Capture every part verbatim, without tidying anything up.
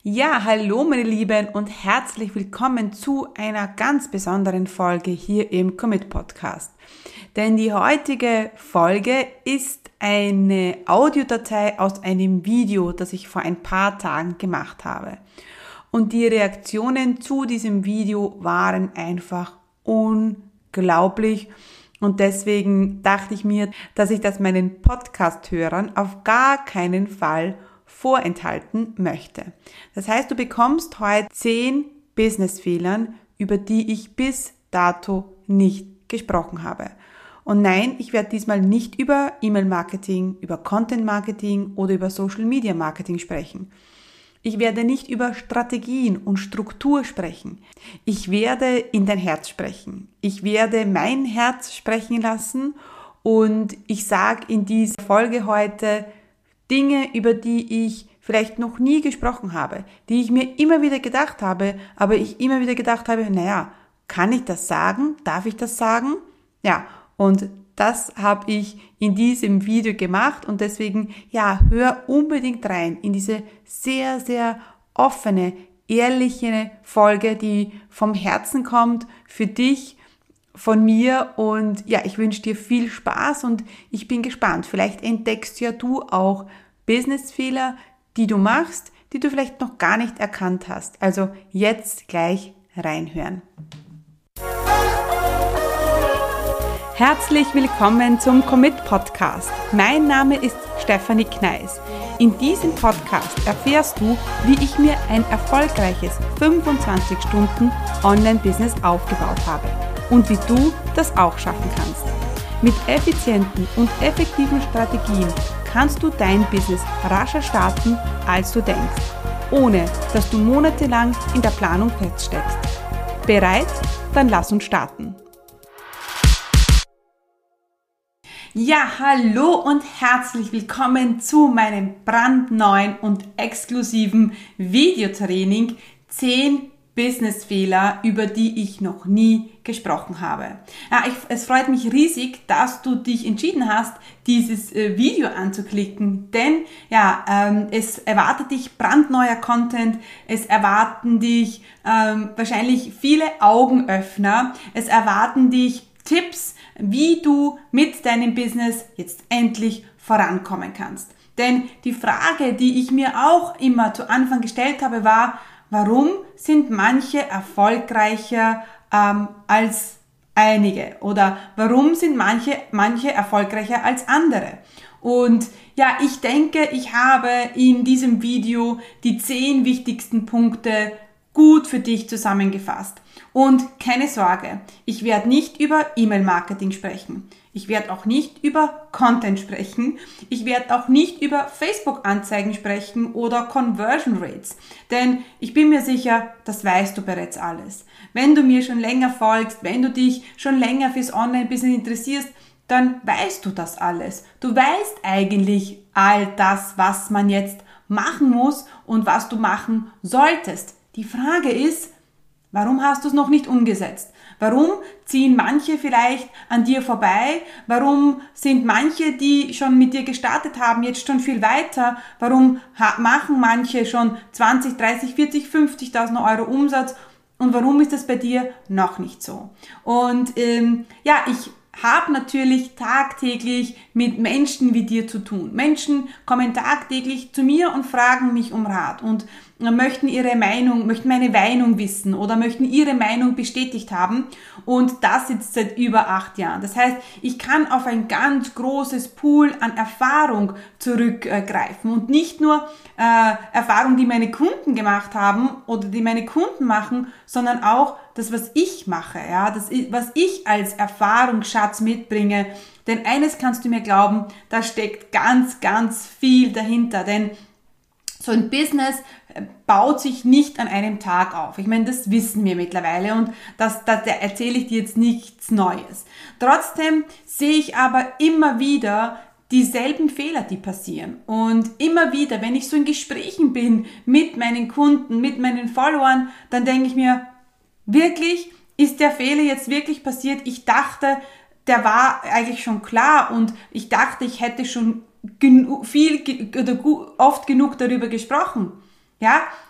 Ja, hallo meine Lieben und herzlich willkommen zu einer ganz besonderen Folge hier im Commit Podcast. Denn die heutige Folge ist eine Audiodatei aus einem Video, das ich vor ein paar Tagen gemacht habe. Und die Reaktionen zu diesem Video waren einfach unglaublich. Und deswegen dachte ich mir, dass ich das meinen Podcast-Hörern auf gar keinen Fall vorenthalten möchte. Das heißt, du bekommst heute zehn Business-Fehlern, über die ich bis dato nicht gesprochen habe. Und nein, ich werde diesmal nicht über E-Mail-Marketing, über Content-Marketing oder über Social-Media-Marketing sprechen. Ich werde nicht über Strategien und Struktur sprechen. Ich werde in dein Herz sprechen. Ich werde mein Herz sprechen lassen und ich sage in dieser Folge heute Dinge, über die ich vielleicht noch nie gesprochen habe, die ich mir immer wieder gedacht habe, aber ich immer wieder gedacht habe, naja, kann ich das sagen? Darf ich das sagen? Ja, und das habe ich in diesem Video gemacht und deswegen, ja, hör unbedingt rein in diese sehr, sehr offene, ehrliche Folge, die vom Herzen kommt, für dich, von mir und ja, ich wünsche dir viel Spaß und ich bin gespannt. Vielleicht entdeckst ja du auch Businessfehler, die du machst, die du vielleicht noch gar nicht erkannt hast. Also jetzt gleich reinhören. Herzlich willkommen zum Commit Podcast. Mein Name ist Stefanie Kneis. In diesem Podcast erfährst du, wie ich mir ein erfolgreiches fünfundzwanzig Stunden Online-Business aufgebaut habe und wie du das auch schaffen kannst. Mit effizienten und effektiven Strategien kannst du dein Business rascher starten, als du denkst, ohne dass du monatelang in der Planung feststeckst. Bereit? Dann lass uns starten. Ja, hallo und herzlich willkommen zu meinem brandneuen und exklusiven Videotraining zehn Businessfehler, über die ich noch nie gesprochen habe. Ja, ich, es freut mich riesig, dass du dich entschieden hast, dieses äh, Video anzuklicken, denn ja, ähm, es erwartet dich brandneuer Content, es erwarten dich ähm, wahrscheinlich viele Augenöffner, es erwarten dich Tipps, wie du mit deinem Business jetzt endlich vorankommen kannst. Denn die Frage, die ich mir auch immer zu Anfang gestellt habe, war, warum sind manche erfolgreicher ähm, als einige? Oder warum sind manche, manche erfolgreicher als andere? Und ja, ich denke, ich habe in diesem Video die zehn wichtigsten Punkte gut für dich zusammengefasst. Und keine Sorge, ich werde nicht über E-Mail-Marketing sprechen. Ich werde auch nicht über Content sprechen. Ich werde auch nicht über Facebook-Anzeigen sprechen oder Conversion Rates. Denn ich bin mir sicher, das weißt du bereits alles. Wenn du mir schon länger folgst, wenn du dich schon länger fürs Online-Business interessierst, dann weißt du das alles. Du weißt eigentlich all das, was man jetzt machen muss und was du machen solltest. Die Frage ist, warum hast du es noch nicht umgesetzt? Warum ziehen manche vielleicht an dir vorbei? Warum sind manche, die schon mit dir gestartet haben, jetzt schon viel weiter? Warum ha- machen manche schon zwanzig, dreißig, vierzig, fünfzigtausend Euro Umsatz? Und warum ist das bei dir noch nicht so? Und ähm, ja, ich habe natürlich tagtäglich mit Menschen wie dir zu tun. Menschen kommen tagtäglich zu mir und fragen mich um Rat und möchten ihre Meinung, möchten meine Meinung wissen oder möchten ihre Meinung bestätigt haben. Und das jetzt seit über acht Jahren. Das heißt, ich kann auf ein ganz großes Pool an Erfahrung zurückgreifen und nicht nur äh, Erfahrung, die meine Kunden gemacht haben oder die meine Kunden machen, sondern auch das, was ich mache, ja, das, was ich als Erfahrungsschatz mitbringe. Denn eines kannst du mir glauben, da steckt ganz, ganz viel dahinter, denn so ein Business baut sich nicht an einem Tag auf. Ich meine, das wissen wir mittlerweile und das, das, da erzähle ich dir jetzt nichts Neues. Trotzdem sehe ich aber immer wieder dieselben Fehler, die passieren. Und immer wieder, wenn ich so in Gesprächen bin mit meinen Kunden, mit meinen Followern, dann denke ich mir, wirklich, ist der Fehler jetzt wirklich passiert? Ich dachte, der war eigentlich schon klar und ich dachte, ich hätte schon genu- viel ge- oder gu- oft genug darüber gesprochen. Ja,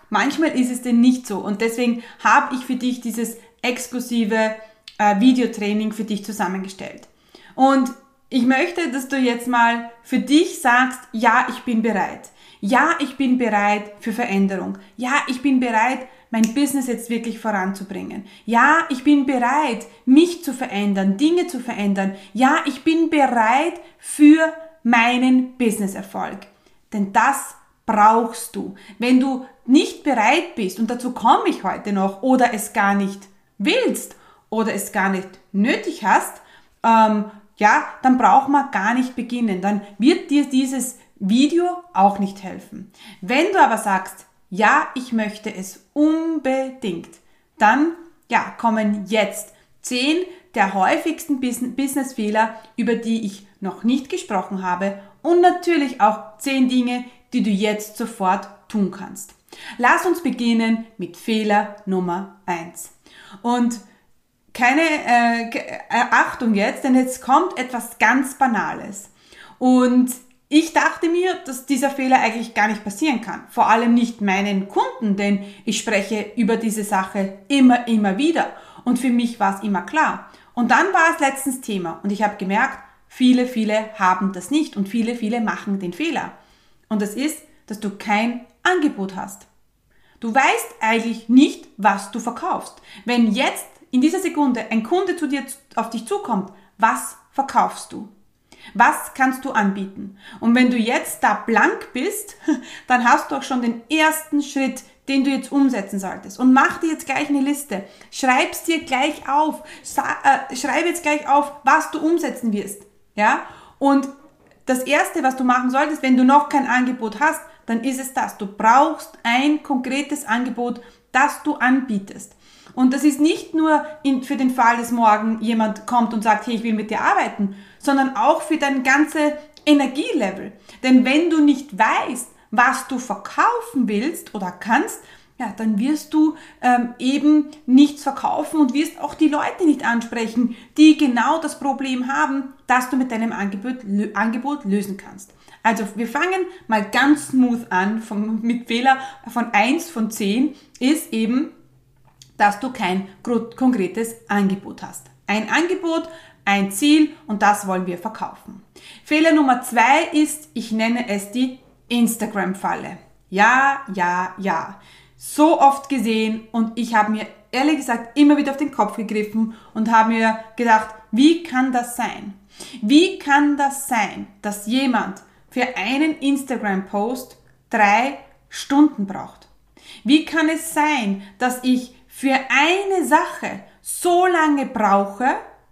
manchmal ist es denn nicht so. Und deswegen habe ich für dich dieses exklusive äh, Videotraining für dich zusammengestellt. Und ich möchte, dass du jetzt mal für dich sagst, ja, ich bin bereit. Ja, ich bin bereit für Veränderung. Ja, ich bin bereit, mein Business jetzt wirklich voranzubringen. Ja, ich bin bereit, mich zu verändern, Dinge zu verändern. Ja, ich bin bereit für meinen Businesserfolg. Denn das brauchst du. Wenn du nicht bereit bist, und dazu komme ich heute noch, oder es gar nicht willst oder es gar nicht nötig hast, ähm, ja, dann braucht man gar nicht beginnen. Dann wird dir dieses Video auch nicht helfen. Wenn du aber sagst, ja, ich möchte es unbedingt, dann ja, kommen jetzt zehn der häufigsten Businessfehler, über die ich noch nicht gesprochen habe, und natürlich auch zehn Dinge, die du jetzt sofort tun kannst. Lass uns beginnen mit Fehler Nummer eins. Und keine äh, Achtung jetzt, denn jetzt kommt etwas ganz Banales. Und ich dachte mir, dass dieser Fehler eigentlich gar nicht passieren kann. Vor allem nicht meinen Kunden, denn ich spreche über diese Sache immer, immer wieder. Und für mich war es immer klar. Und dann war es letztens Thema. Und ich habe gemerkt, viele, viele haben das nicht. Und viele, viele machen den Fehler. Und das ist, dass du kein Angebot hast. Du weißt eigentlich nicht, was du verkaufst. Wenn jetzt in dieser Sekunde ein Kunde zu dir, auf dich zukommt, was verkaufst du? Was kannst du anbieten? Und wenn du jetzt da blank bist, dann hast du auch schon den ersten Schritt, den du jetzt umsetzen solltest. Und mach dir jetzt gleich eine Liste. Schreib's dir gleich auf. Schreib jetzt gleich auf, was du umsetzen wirst. Ja? Und das Erste, was du machen solltest, wenn du noch kein Angebot hast, dann ist es das. Du brauchst ein konkretes Angebot, das du anbietest. Und das ist nicht nur in, für den Fall, dass morgen jemand kommt und sagt, hey, ich will mit dir arbeiten, sondern auch für dein ganzes Energielevel. Denn wenn du nicht weißt, was du verkaufen willst oder kannst, ja, dann wirst du ähm, eben nichts verkaufen und wirst auch die Leute nicht ansprechen, die genau das Problem haben, das du mit deinem Angebot, lö- Angebot lösen kannst. Also wir fangen mal ganz smooth an, vom, mit Fehler von eins von zehn ist eben, dass du kein konkretes Angebot hast. Ein Angebot, ein Ziel und das wollen wir verkaufen. Fehler Nummer zwei ist, ich nenne es die Instagram-Falle. Ja, ja, ja. So oft gesehen und ich habe mir ehrlich gesagt immer wieder auf den Kopf gegriffen und habe mir gedacht, wie kann das sein? Wie kann das sein, dass jemand für einen Instagram-Post drei Stunden braucht? Wie kann es sein, dass ich für eine Sache so lange brauche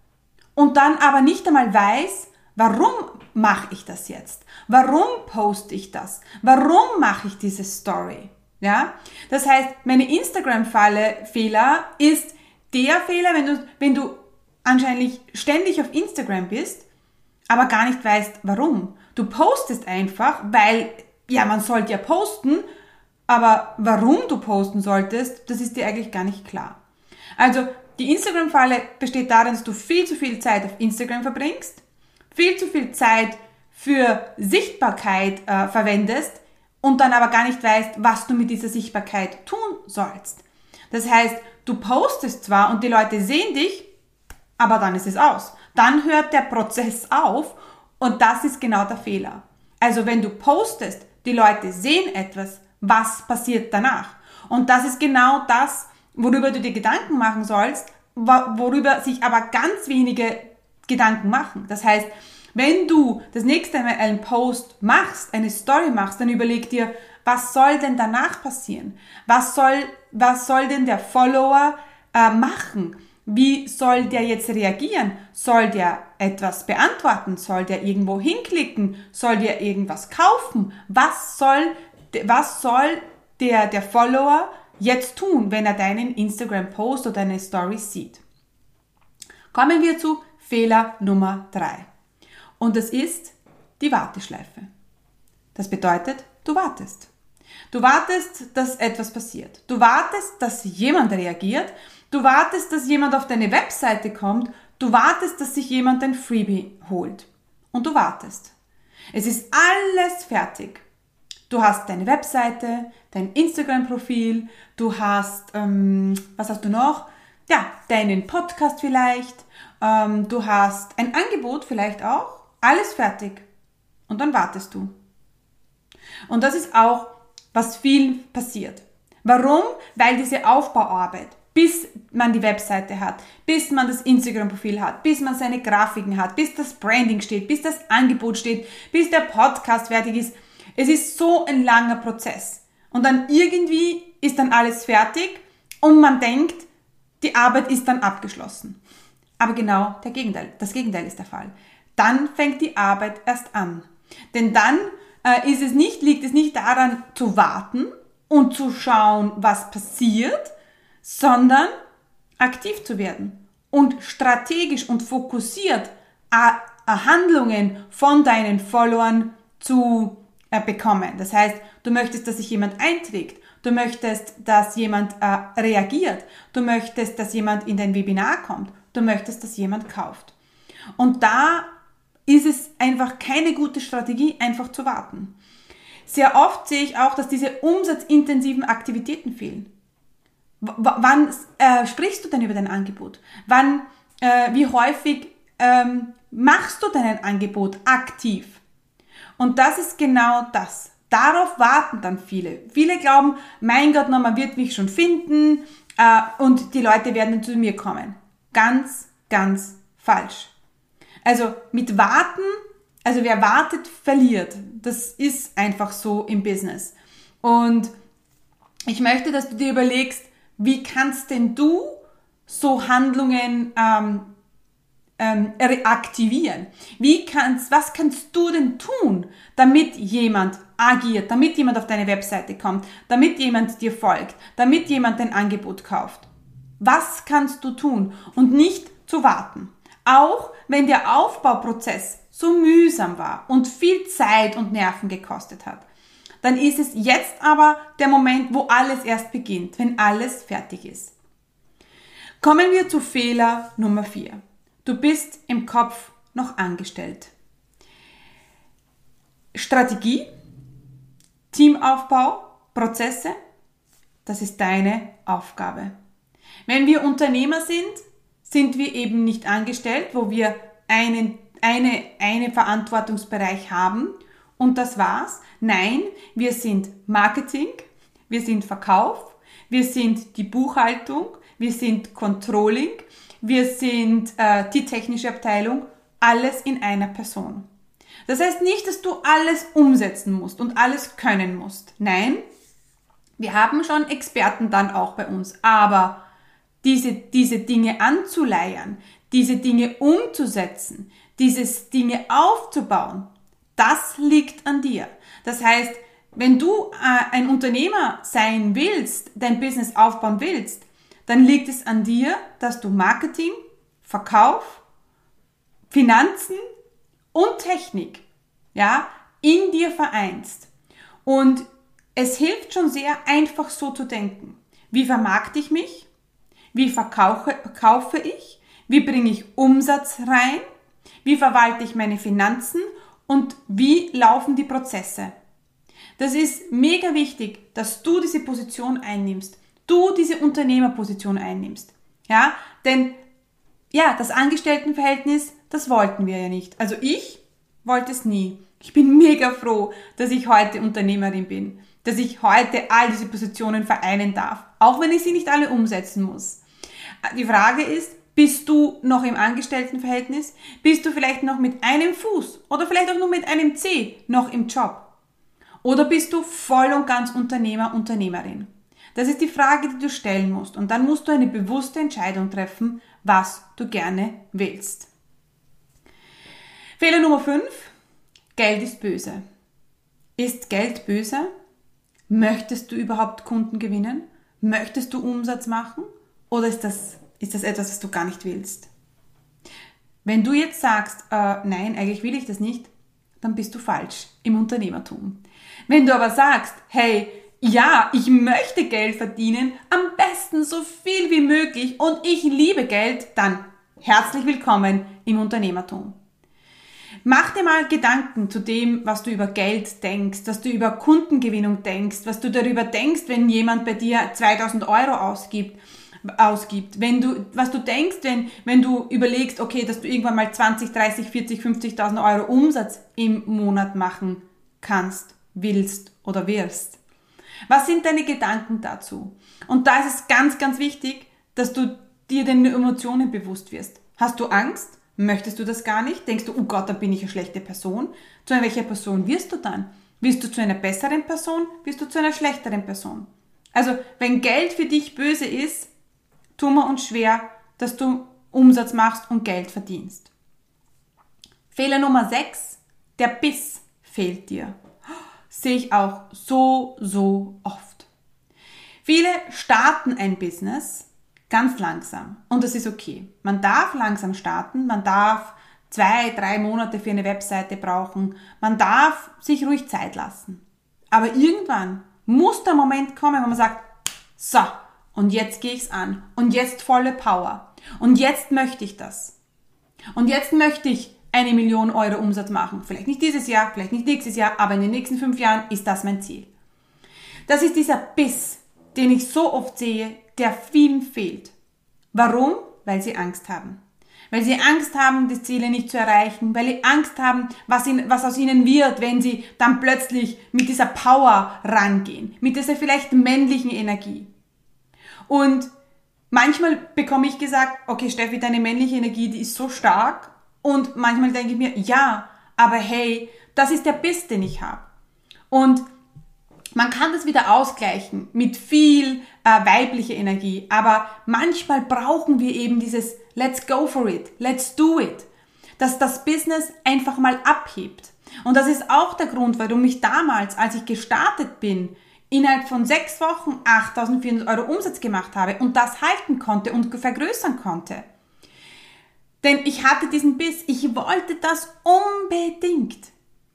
und dann aber nicht einmal weiß, warum mache ich das jetzt? Warum poste ich das? Warum mache ich diese Story? Ja? Das heißt, meine Instagram-Falle-Fehler ist der Fehler, wenn du, wenn du anscheinend ständig auf Instagram bist, aber gar nicht weißt, warum. Du postest einfach, weil, ja, man sollte ja posten, aber warum du posten solltest, das ist dir eigentlich gar nicht klar. Also die Instagram-Falle besteht darin, dass du viel zu viel Zeit auf Instagram verbringst, viel zu viel Zeit für Sichtbarkeit äh, verwendest und dann aber gar nicht weißt, was du mit dieser Sichtbarkeit tun sollst. Das heißt, du postest zwar und die Leute sehen dich, aber dann ist es aus. Dann hört der Prozess auf und das ist genau der Fehler. Also wenn du postest, die Leute sehen etwas, was passiert danach? Und das ist genau das, worüber du dir Gedanken machen sollst, worüber sich aber ganz wenige Gedanken machen. Das heißt, wenn du das nächste Mal einen Post machst, eine Story machst, dann überleg dir, was soll denn danach passieren? Was soll, was soll denn der Follower äh, machen? Wie soll der jetzt reagieren? Soll der etwas beantworten? Soll der irgendwo hinklicken? Soll der irgendwas kaufen? Was soll Was soll der, der Follower jetzt tun, wenn er deinen Instagram-Post oder deine Story sieht? Kommen wir zu Fehler Nummer drei. Und das ist die Warteschleife. Das bedeutet, du wartest. Du wartest, dass etwas passiert. Du wartest, dass jemand reagiert. Du wartest, dass jemand auf deine Webseite kommt. Du wartest, dass sich jemand ein Freebie holt. Und du wartest. Es ist alles fertig. Du hast deine Webseite, dein Instagram-Profil, du hast, ähm, was hast du noch? Ja, deinen Podcast vielleicht, ähm, du hast ein Angebot vielleicht auch, alles fertig. Und dann wartest du. Und das ist auch, was vielen passiert. Warum? Weil diese Aufbauarbeit, bis man die Webseite hat, bis man das Instagram-Profil hat, bis man seine Grafiken hat, bis das Branding steht, bis das Angebot steht, bis der Podcast fertig ist. Es ist so ein langer Prozess. Und dann irgendwie ist dann alles fertig und man denkt, die Arbeit ist dann abgeschlossen. Aber genau der Gegenteil, das Gegenteil ist der Fall. Dann fängt die Arbeit erst an. Denn dann äh, ist es nicht, liegt es nicht daran zu warten und zu schauen, was passiert, sondern aktiv zu werden und strategisch und fokussiert äh, Handlungen von deinen Followern zu äh, bekommen. Das heißt, du möchtest, dass sich jemand einträgt, du möchtest, dass jemand äh, reagiert, du möchtest, dass jemand in dein Webinar kommt, du möchtest, dass jemand kauft. Und da ist es einfach keine gute Strategie, einfach zu warten. Sehr oft sehe ich auch, dass diese umsatzintensiven Aktivitäten fehlen. W- wann äh, sprichst du denn über dein Angebot? Wann, äh, wie häufig ähm, machst du dein Angebot aktiv? Und das ist genau das. Darauf warten dann viele. Viele glauben, mein Gott, na, man wird mich schon finden äh, und die Leute werden zu mir kommen. Ganz, ganz falsch. Also mit Warten, also wer wartet, verliert. Das ist einfach so im Business. Und ich möchte, dass du dir überlegst, wie kannst denn du so Handlungen ähm, ähm, reaktivieren? Wie kannst, was kannst du denn tun, damit jemand agiert, damit jemand auf deine Webseite kommt, damit jemand dir folgt, damit jemand dein Angebot kauft? Was kannst du tun und nicht zu warten? Auch wenn der Aufbauprozess so mühsam war und viel Zeit und Nerven gekostet hat, dann ist es jetzt aber der Moment, wo alles erst beginnt, wenn alles fertig ist. Kommen wir zu Fehler Nummer vier. Du bist im Kopf noch angestellt. Strategie, Teamaufbau, Prozesse, das ist deine Aufgabe. Wenn wir Unternehmer sind, sind wir eben nicht angestellt, wo wir einen, eine, einen Verantwortungsbereich haben und das war's. Nein, wir sind Marketing, wir sind Verkauf, wir sind die Buchhaltung, wir sind Controlling, wir sind äh, die technische Abteilung, alles in einer Person. Das heißt nicht, dass du alles umsetzen musst und alles können musst. Nein, wir haben schon Experten dann auch bei uns, aber diese, diese Dinge anzuleiern, diese Dinge umzusetzen, dieses Dinge aufzubauen, das liegt an dir. Das heißt, wenn du äh, ein Unternehmer sein willst, dein Business aufbauen willst, dann liegt es an dir, dass du Marketing, Verkauf, Finanzen und Technik, ja, in dir vereinst. Und es hilft schon sehr, einfach so zu denken. Wie vermarkte ich mich? Wie verkaufe, kaufe ich? Wie bringe ich Umsatz rein? Wie verwalte ich meine Finanzen? Und wie laufen die Prozesse? Das ist mega wichtig, dass du diese Position einnimmst. Du diese Unternehmerposition einnimmst. Ja, denn ja, das Angestelltenverhältnis, das wollten wir ja nicht. Also ich wollte es nie. Ich bin mega froh, dass ich heute Unternehmerin bin, dass ich heute all diese Positionen vereinen darf, auch wenn ich sie nicht alle umsetzen muss. Die Frage ist, bist du noch im Angestelltenverhältnis? Bist du vielleicht noch mit einem Fuß oder vielleicht auch nur mit einem Zeh noch im Job? Oder bist du voll und ganz Unternehmer, Unternehmerin? Das ist die Frage, die du stellen musst. Und dann musst du eine bewusste Entscheidung treffen, was du gerne willst. Fehler Nummer fünf. Geld ist böse. Ist Geld böse? Möchtest du überhaupt Kunden gewinnen? Möchtest du Umsatz machen? Oder ist das, ist das etwas, was du gar nicht willst? Wenn du jetzt sagst, äh, nein, eigentlich will ich das nicht, dann bist du falsch im Unternehmertum. Wenn du aber sagst, hey, ja, ich möchte Geld verdienen, am besten so viel wie möglich und ich liebe Geld, dann herzlich willkommen im Unternehmertum. Mach dir mal Gedanken zu dem, was du über Geld denkst, was du über Kundengewinnung denkst, was du darüber denkst, wenn jemand bei dir zweitausend Euro ausgibt, ausgibt. Wenn du, was du denkst, wenn, wenn du überlegst, okay, dass du irgendwann mal zwanzig, dreißig, vierzig, fünfzigtausend Euro Umsatz im Monat machen kannst, willst oder wirst. Was sind deine Gedanken dazu? Und da ist es ganz, ganz wichtig, dass du dir den Emotionen bewusst wirst. Hast du Angst? Möchtest du das gar nicht? Denkst du, oh Gott, dann bin ich eine schlechte Person? Zu welcher Person wirst du dann? Wirst du zu einer besseren Person? Wirst du zu einer schlechteren Person? Also, wenn Geld für dich böse ist, tun wir uns schwer, dass du Umsatz machst und Geld verdienst. Fehler Nummer sechs, der Biss fehlt dir. Sehe ich auch so, so oft. Viele starten ein Business ganz langsam und das ist okay. Man darf langsam starten, man darf zwei, drei Monate für eine Webseite brauchen, man darf sich ruhig Zeit lassen. Aber irgendwann muss der Moment kommen, wo man sagt, so, und jetzt gehe ich's an und jetzt volle Power und jetzt möchte ich das. Und jetzt möchte ich eine Million Euro Umsatz machen. Vielleicht nicht dieses Jahr, vielleicht nicht nächstes Jahr, aber in den nächsten fünf Jahren ist das mein Ziel. Das ist dieser Biss, den ich so oft sehe, der vielen fehlt. Warum? Weil sie Angst haben. Weil sie Angst haben, die Ziele nicht zu erreichen, weil sie Angst haben, was, in, was aus ihnen wird, wenn sie dann plötzlich mit dieser Power rangehen, mit dieser vielleicht männlichen Energie. Und manchmal bekomme ich gesagt, okay Steffi, deine männliche Energie, die ist so stark. Und manchmal denke ich mir, ja, aber hey, das ist der Biss, den ich habe. Und man kann das wieder ausgleichen mit viel äh, weiblicher Energie, aber manchmal brauchen wir eben dieses Let's go for it, let's do it, dass das Business einfach mal abhebt. Und das ist auch der Grund, warum ich damals, als ich gestartet bin, innerhalb von sechs Wochen achttausendvierhundert Euro Umsatz gemacht habe und das halten konnte und vergrößern konnte. Denn ich hatte diesen Biss, ich wollte das unbedingt.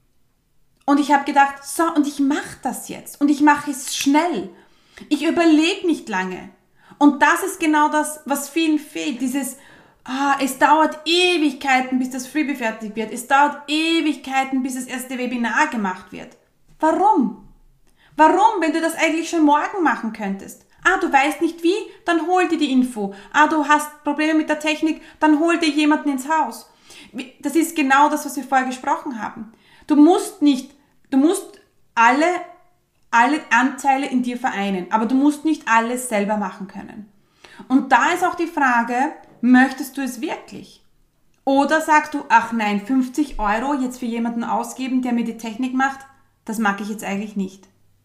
Und ich habe gedacht, so, und ich mache das jetzt. Und ich mache es schnell. Ich überlege nicht lange. Und das ist genau das, was vielen fehlt. Dieses, ah, es dauert Ewigkeiten, bis das Freebie fertig wird. Es dauert Ewigkeiten, bis das erste Webinar gemacht wird. Warum? Warum, wenn du das eigentlich schon morgen machen könntest? Ah, du weißt nicht wie? Dann hol dir die Info. Ah, du hast Probleme mit der Technik? Dann hol dir jemanden ins Haus. Das ist genau das, was wir vorher gesprochen haben. Du musst nicht, du musst alle, alle Anteile in dir vereinen, aber du musst nicht alles selber machen können. Und da ist auch die Frage, möchtest du es wirklich? Oder sagst du, ach nein, fünfzig Euro jetzt für jemanden ausgeben, der mir die Technik macht, das mag ich jetzt eigentlich nicht.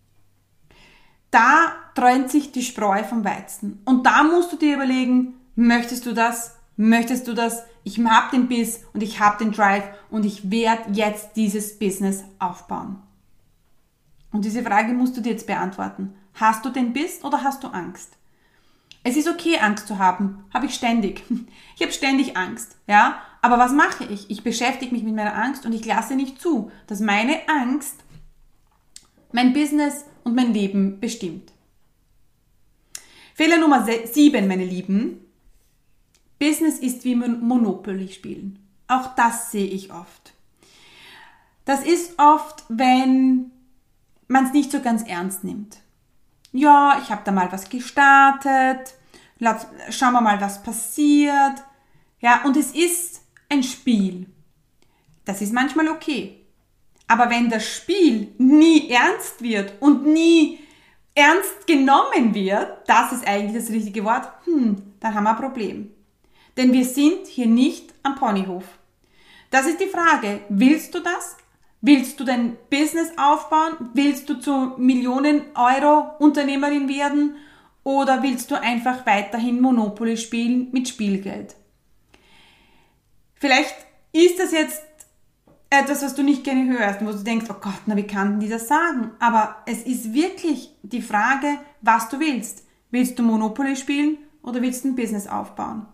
Da trennt sich die Spreu vom Weizen. Und da musst du dir überlegen, möchtest du das? Möchtest du das? Ich habe den Biss und ich habe den Drive und ich werde jetzt dieses Business aufbauen. Und diese Frage musst du dir jetzt beantworten. Hast du den Biss oder hast du Angst? Es ist okay, Angst zu haben. Habe ich ständig. Ich habe ständig Angst. Ja? Aber was mache ich? Ich beschäftige mich mit meiner Angst und ich lasse nicht zu, dass meine Angst mein Business und mein Leben bestimmt. Fehler Nummer sieben, meine Lieben. Business ist wie Monopoly spielen. Auch das sehe ich oft. Das ist oft, wenn man es nicht so ganz ernst nimmt. Ja, ich habe da mal was gestartet. Schauen wir mal, was passiert. Ja, und es ist ein Spiel. Das ist manchmal okay. Aber wenn das Spiel nie ernst wird und nie ernst genommen wird, das ist eigentlich das richtige Wort, hm, dann haben wir ein Problem. Denn wir sind hier nicht am Ponyhof. Das ist die Frage, willst du das? Willst du dein Business aufbauen? Willst du zur Millionen-Euro-Unternehmerin werden? Oder willst du einfach weiterhin Monopoly spielen mit Spielgeld? Vielleicht ist das jetzt etwas, was du nicht gerne hörst, wo du denkst, oh Gott, na, wie kann die das sagen? Aber es ist wirklich die Frage, was du willst. Willst du Monopoly spielen oder willst du ein Business aufbauen?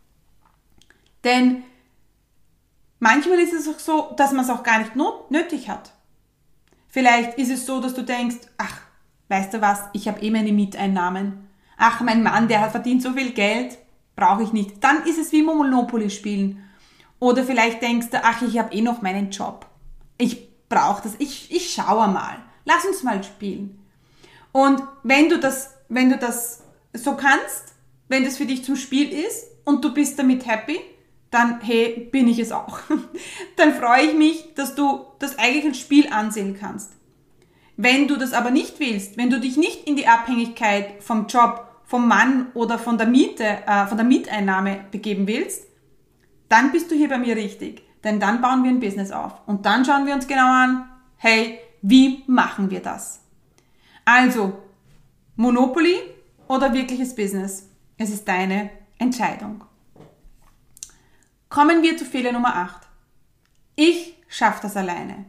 Denn manchmal ist es auch so, dass man es auch gar nicht not- nötig hat. Vielleicht ist es so, dass du denkst, ach, weißt du was, ich habe eh meine Mieteinnahmen. Ach, mein Mann, der hat verdient so viel Geld, brauche ich nicht. Dann ist es wie Monopoly spielen. Oder vielleicht denkst du, ach, ich habe eh noch meinen Job. Ich brauche das, ich, ich schaue mal. Lass uns mal spielen. Und wenn du das, wenn du das so kannst, wenn das für dich zum Spiel ist und du bist damit happy, dann, hey, bin ich es auch. Dann freue ich mich, dass du das eigentlich als Spiel ansehen kannst. Wenn du das aber nicht willst, wenn du dich nicht in die Abhängigkeit vom Job, vom Mann oder von der Miete, äh, von der Mieteinnahme begeben willst, dann bist du hier bei mir richtig. Denn dann bauen wir ein Business auf. Und dann schauen wir uns genau an, hey, wie machen wir das? Also, Monopoly oder wirkliches Business? Es ist deine Entscheidung. Kommen wir zu Fehler Nummer acht. Ich schaffe das alleine.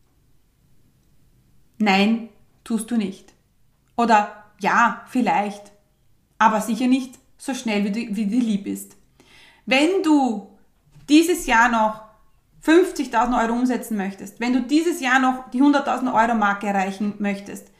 Nein, tust du nicht. Oder ja, vielleicht, aber sicher nicht so schnell, wie, du, wie dir lieb ist. Wenn du dieses Jahr noch fünfzigtausend Euro umsetzen möchtest, wenn du dieses Jahr noch die hunderttausend Euro Marke erreichen möchtest,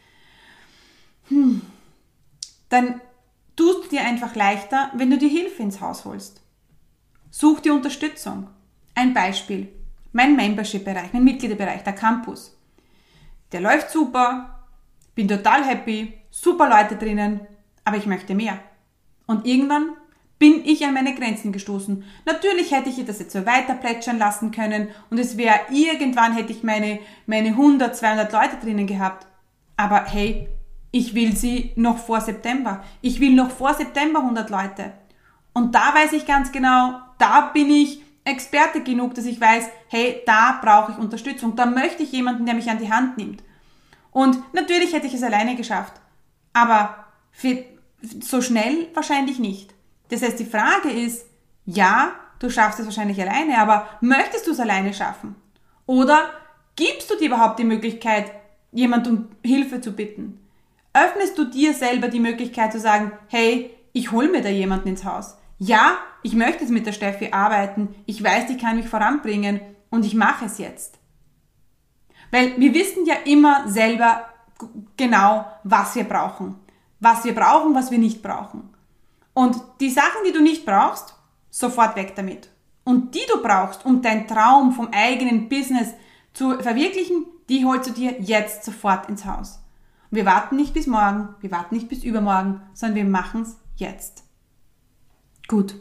hm, dann tust du dir einfach leichter, wenn du dir Hilfe ins Haus holst. Such dir Unterstützung. Ein Beispiel, mein Membership-Bereich, mein Mitgliederbereich, der Campus. Der läuft super, bin total happy, super Leute drinnen, aber ich möchte mehr. Und irgendwann bin ich an meine Grenzen gestoßen. Natürlich hätte ich das jetzt so weiter plätschern lassen können und es wäre irgendwann hätte ich meine, meine hundert, zweihundert Leute drinnen gehabt. Aber hey, ich will sie noch vor September. Ich will noch vor September hundert Leute. Und da weiß ich ganz genau, da bin ich Experte genug, dass ich weiß, hey, da brauche ich Unterstützung. Da möchte ich jemanden, der mich an die Hand nimmt. Und natürlich hätte ich es alleine geschafft. Aber für, so schnell wahrscheinlich nicht. Das heißt, die Frage ist, ja, du schaffst es wahrscheinlich alleine, aber möchtest du es alleine schaffen? Oder gibst du dir überhaupt die Möglichkeit, jemand um Hilfe zu bitten? Öffnest du dir selber die Möglichkeit zu sagen, hey, ich hole mir da jemanden ins Haus. Ja, ich möchte jetzt mit der Steffi arbeiten, ich weiß, die kann mich voranbringen und ich mache es jetzt. Weil wir wissen ja immer selber genau, was wir brauchen. Was wir brauchen, was wir nicht brauchen. Und die Sachen, die du nicht brauchst, sofort weg damit. Und die du brauchst, um deinen Traum vom eigenen Business zu verwirklichen, die holst du dir jetzt sofort ins Haus. Wir warten nicht bis morgen, wir warten nicht bis übermorgen, sondern wir machen es jetzt. Gut.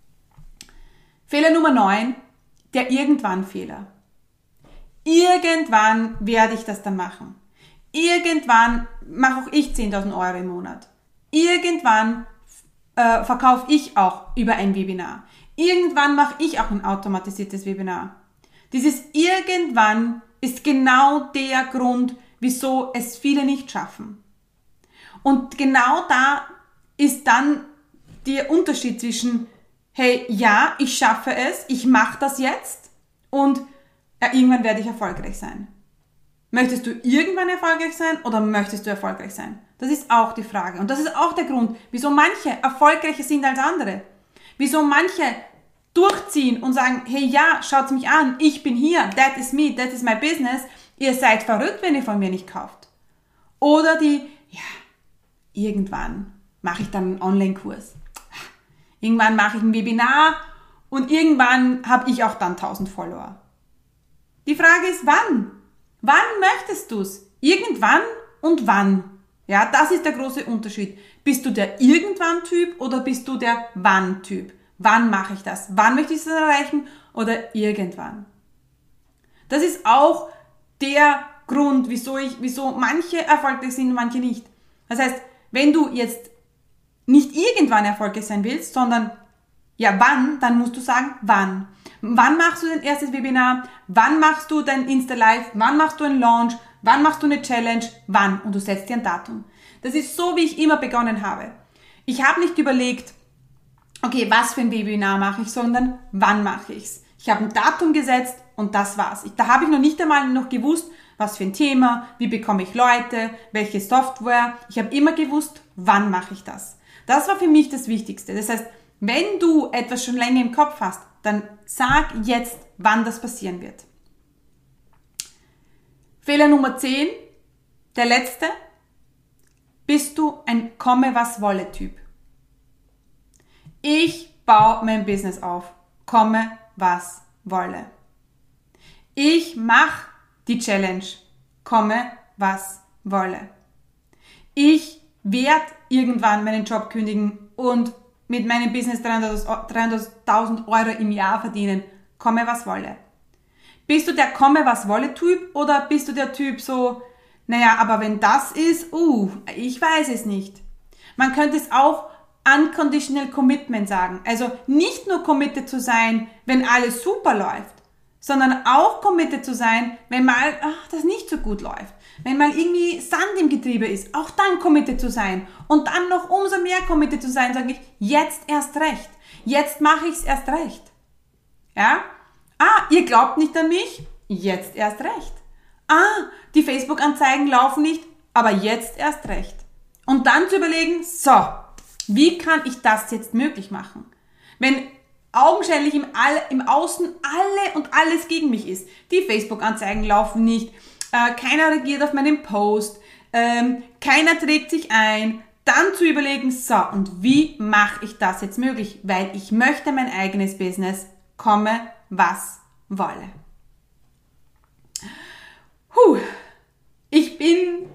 Fehler Nummer neun, der Irgendwann-Fehler. Irgendwann werde ich das dann machen. Irgendwann mache auch ich zehntausend Euro im Monat. Irgendwann äh, verkaufe ich auch über ein Webinar. Irgendwann mache ich auch ein automatisiertes Webinar. Dieses Irgendwann ist genau der Grund, wieso es viele nicht schaffen. Und genau da ist dann der Unterschied zwischen, hey, ja, ich schaffe es, ich mache das jetzt und ja, irgendwann werde ich erfolgreich sein. Möchtest du irgendwann erfolgreich sein oder möchtest du erfolgreich sein? Das ist auch die Frage. Und das ist auch der Grund, wieso manche erfolgreicher sind als andere. Wieso manche durchziehen und sagen, hey, ja, schaut mich an, ich bin hier, that is me, that is my business. Ihr seid verrückt, wenn ihr von mir nicht kauft. Oder die, ja, irgendwann mache ich dann einen Online-Kurs. Irgendwann mache ich ein Webinar und irgendwann habe ich auch dann tausend Follower. Die Frage ist, wann? Wann möchtest du es? Irgendwann und wann? Ja, das ist der große Unterschied. Bist du der Irgendwann-Typ oder bist du der Wann-Typ? Wann mache ich das? Wann möchte ich es erreichen oder irgendwann? Das ist auch der Grund, wieso ich, wieso manche erfolgreich sind und manche nicht. Das heißt, wenn du jetzt nicht irgendwann erfolgreich sein willst, sondern ja, wann, dann musst du sagen, wann. Wann machst du dein erstes Webinar? Wann machst du dein Insta-Live? Wann machst du einen Launch? Wann machst du eine Challenge? Wann? Und du setzt dir ein Datum. Das ist so, wie ich immer begonnen habe. Ich habe nicht überlegt, okay, was für ein Webinar mache ich, sondern wann mache ich's? Ich habe ein Datum gesetzt und das war's. Ich, da habe ich noch nicht einmal noch gewusst, was für ein Thema, wie bekomme ich Leute, welche Software. Ich habe immer gewusst, wann mache ich das. Das war für mich das Wichtigste. Das heißt, wenn du etwas schon länger im Kopf hast, dann sag jetzt, wann das passieren wird. Fehler Nummer zehn, der letzte. Bist du ein Komme-was-wolle-Typ? Ich baue mein Business auf. Komme, was wolle. Ich mache die Challenge, komme, was wolle. Ich werde irgendwann meinen Job kündigen und mit meinem Business dreihunderttausend Euro im Jahr verdienen, komme, was wolle. Bist du der komme, was wolle Typ oder bist du der Typ so, naja, aber wenn das ist, uh, ich weiß es nicht. Man könnte es auch Unconditional Commitment sagen. Also nicht nur committed zu sein, wenn alles super läuft, sondern auch committed zu sein, wenn mal ach, das nicht so gut läuft. Wenn mal irgendwie Sand im Getriebe ist, auch dann committed zu sein. Und dann noch umso mehr committed zu sein, sage ich, jetzt erst recht. Jetzt mache ich es erst recht. Ja? Ah, ihr glaubt nicht an mich? Jetzt erst recht. Ah, die Facebook-Anzeigen laufen nicht, aber jetzt erst recht. Und dann zu überlegen, so, wie kann ich das jetzt möglich machen? Wenn augenscheinlich im, All, im Außen alle und alles gegen mich ist. Die Facebook-Anzeigen laufen nicht, äh, keiner reagiert auf meinen Post, ähm, keiner trägt sich ein. Dann zu überlegen, so, und wie mache ich das jetzt möglich? Weil ich möchte mein eigenes Business, komme, was wolle. Puh, ich bin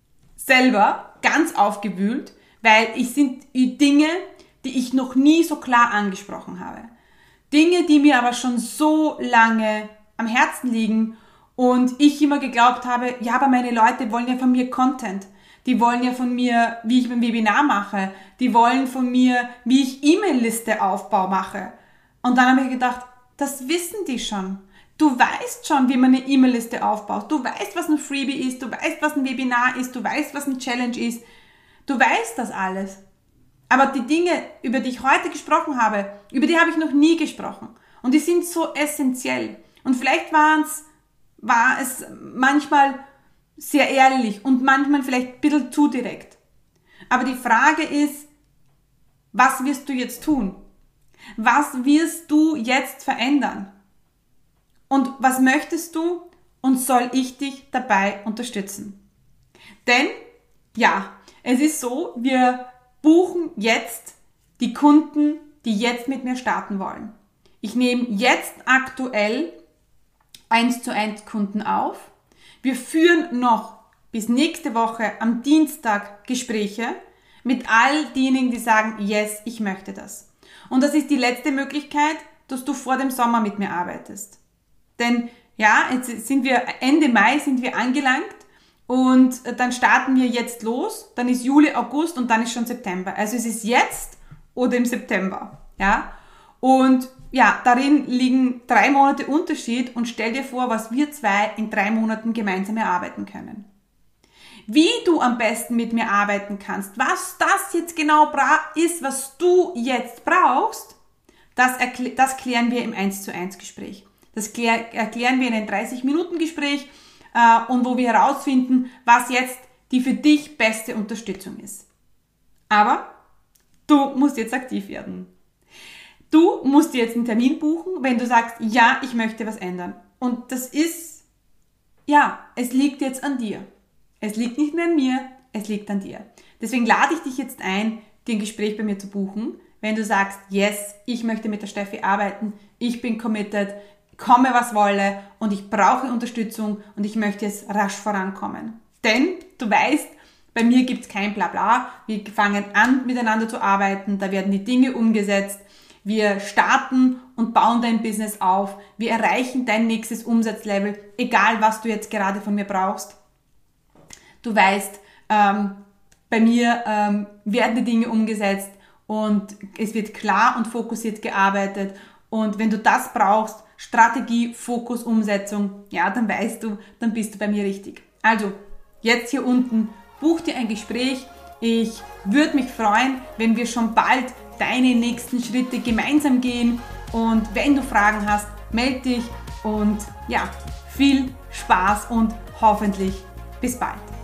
selber ganz aufgewühlt, weil es sind Dinge, die ich noch nie so klar angesprochen habe. Dinge, die mir aber schon so lange am Herzen liegen und ich immer geglaubt habe, ja, aber meine Leute wollen ja von mir Content. Die wollen ja von mir, wie ich mein Webinar mache. Die wollen von mir, wie ich E-Mail-Liste Aufbau mache. Und dann habe ich gedacht, das wissen die schon. Du weißt schon, wie man eine E-Mail-Liste aufbaut. Du weißt, was ein Freebie ist. Du weißt, was ein Webinar ist. Du weißt, was ein Challenge ist. Du weißt das alles. Aber die Dinge, über die ich heute gesprochen habe, über die habe ich noch nie gesprochen. Und die sind so essentiell. Und vielleicht waren's, war es manchmal sehr ehrlich und manchmal vielleicht ein bisschen zu direkt. Aber die Frage ist, was wirst du jetzt tun? Was wirst du jetzt verändern? Und was möchtest du und soll ich dich dabei unterstützen? Denn, ja, es ist so, wir buchen jetzt die Kunden, die jetzt mit mir starten wollen. Ich nehme jetzt aktuell eins zu eins Kunden auf. Wir führen noch bis nächste Woche am Dienstag Gespräche mit all denjenigen, die sagen, yes, ich möchte das. Und das ist die letzte Möglichkeit, dass du vor dem Sommer mit mir arbeitest. Denn ja, jetzt sind wir Ende Mai sind wir angelangt und dann starten wir jetzt los, dann ist Juli, August und dann ist schon September. Also es ist jetzt oder im September. Ja? Und ja, darin liegen drei Monate Unterschied und stell dir vor, was wir zwei in drei Monaten gemeinsam erarbeiten können. Wie du am besten mit mir arbeiten kannst, was das jetzt genau ist, was du jetzt brauchst, das, erkl- das klären wir im eins zu eins Gespräch. Das klär- erklären wir in einem dreißig Minuten Gespräch äh, und wo wir herausfinden, was jetzt die für dich beste Unterstützung ist. Aber du musst jetzt aktiv werden. Du musst jetzt einen Termin buchen, wenn du sagst, ja, ich möchte was ändern. Und das ist, ja, es liegt jetzt an dir. Es liegt nicht mehr an mir, es liegt an dir. Deswegen lade ich dich jetzt ein, dir ein Gespräch bei mir zu buchen. Wenn du sagst, yes, ich möchte mit der Steffi arbeiten, ich bin committed, komme was wolle und ich brauche Unterstützung und ich möchte jetzt rasch vorankommen. Denn du weißt, bei mir gibt's kein Blabla. Wir fangen an, miteinander zu arbeiten, da werden die Dinge umgesetzt. Wir starten und bauen dein Business auf. Wir erreichen dein nächstes Umsatzlevel, egal was du jetzt gerade von mir brauchst. Du weißt, ähm, bei mir ähm, werden die Dinge umgesetzt und es wird klar und fokussiert gearbeitet. Und wenn du das brauchst, Strategie, Fokus, Umsetzung, ja, dann weißt du, dann bist du bei mir richtig. Also, jetzt hier unten, buch dir ein Gespräch. Ich würde mich freuen, wenn wir schon bald deine nächsten Schritte gemeinsam gehen. Und wenn du Fragen hast, melde dich und ja, viel Spaß und hoffentlich bis bald.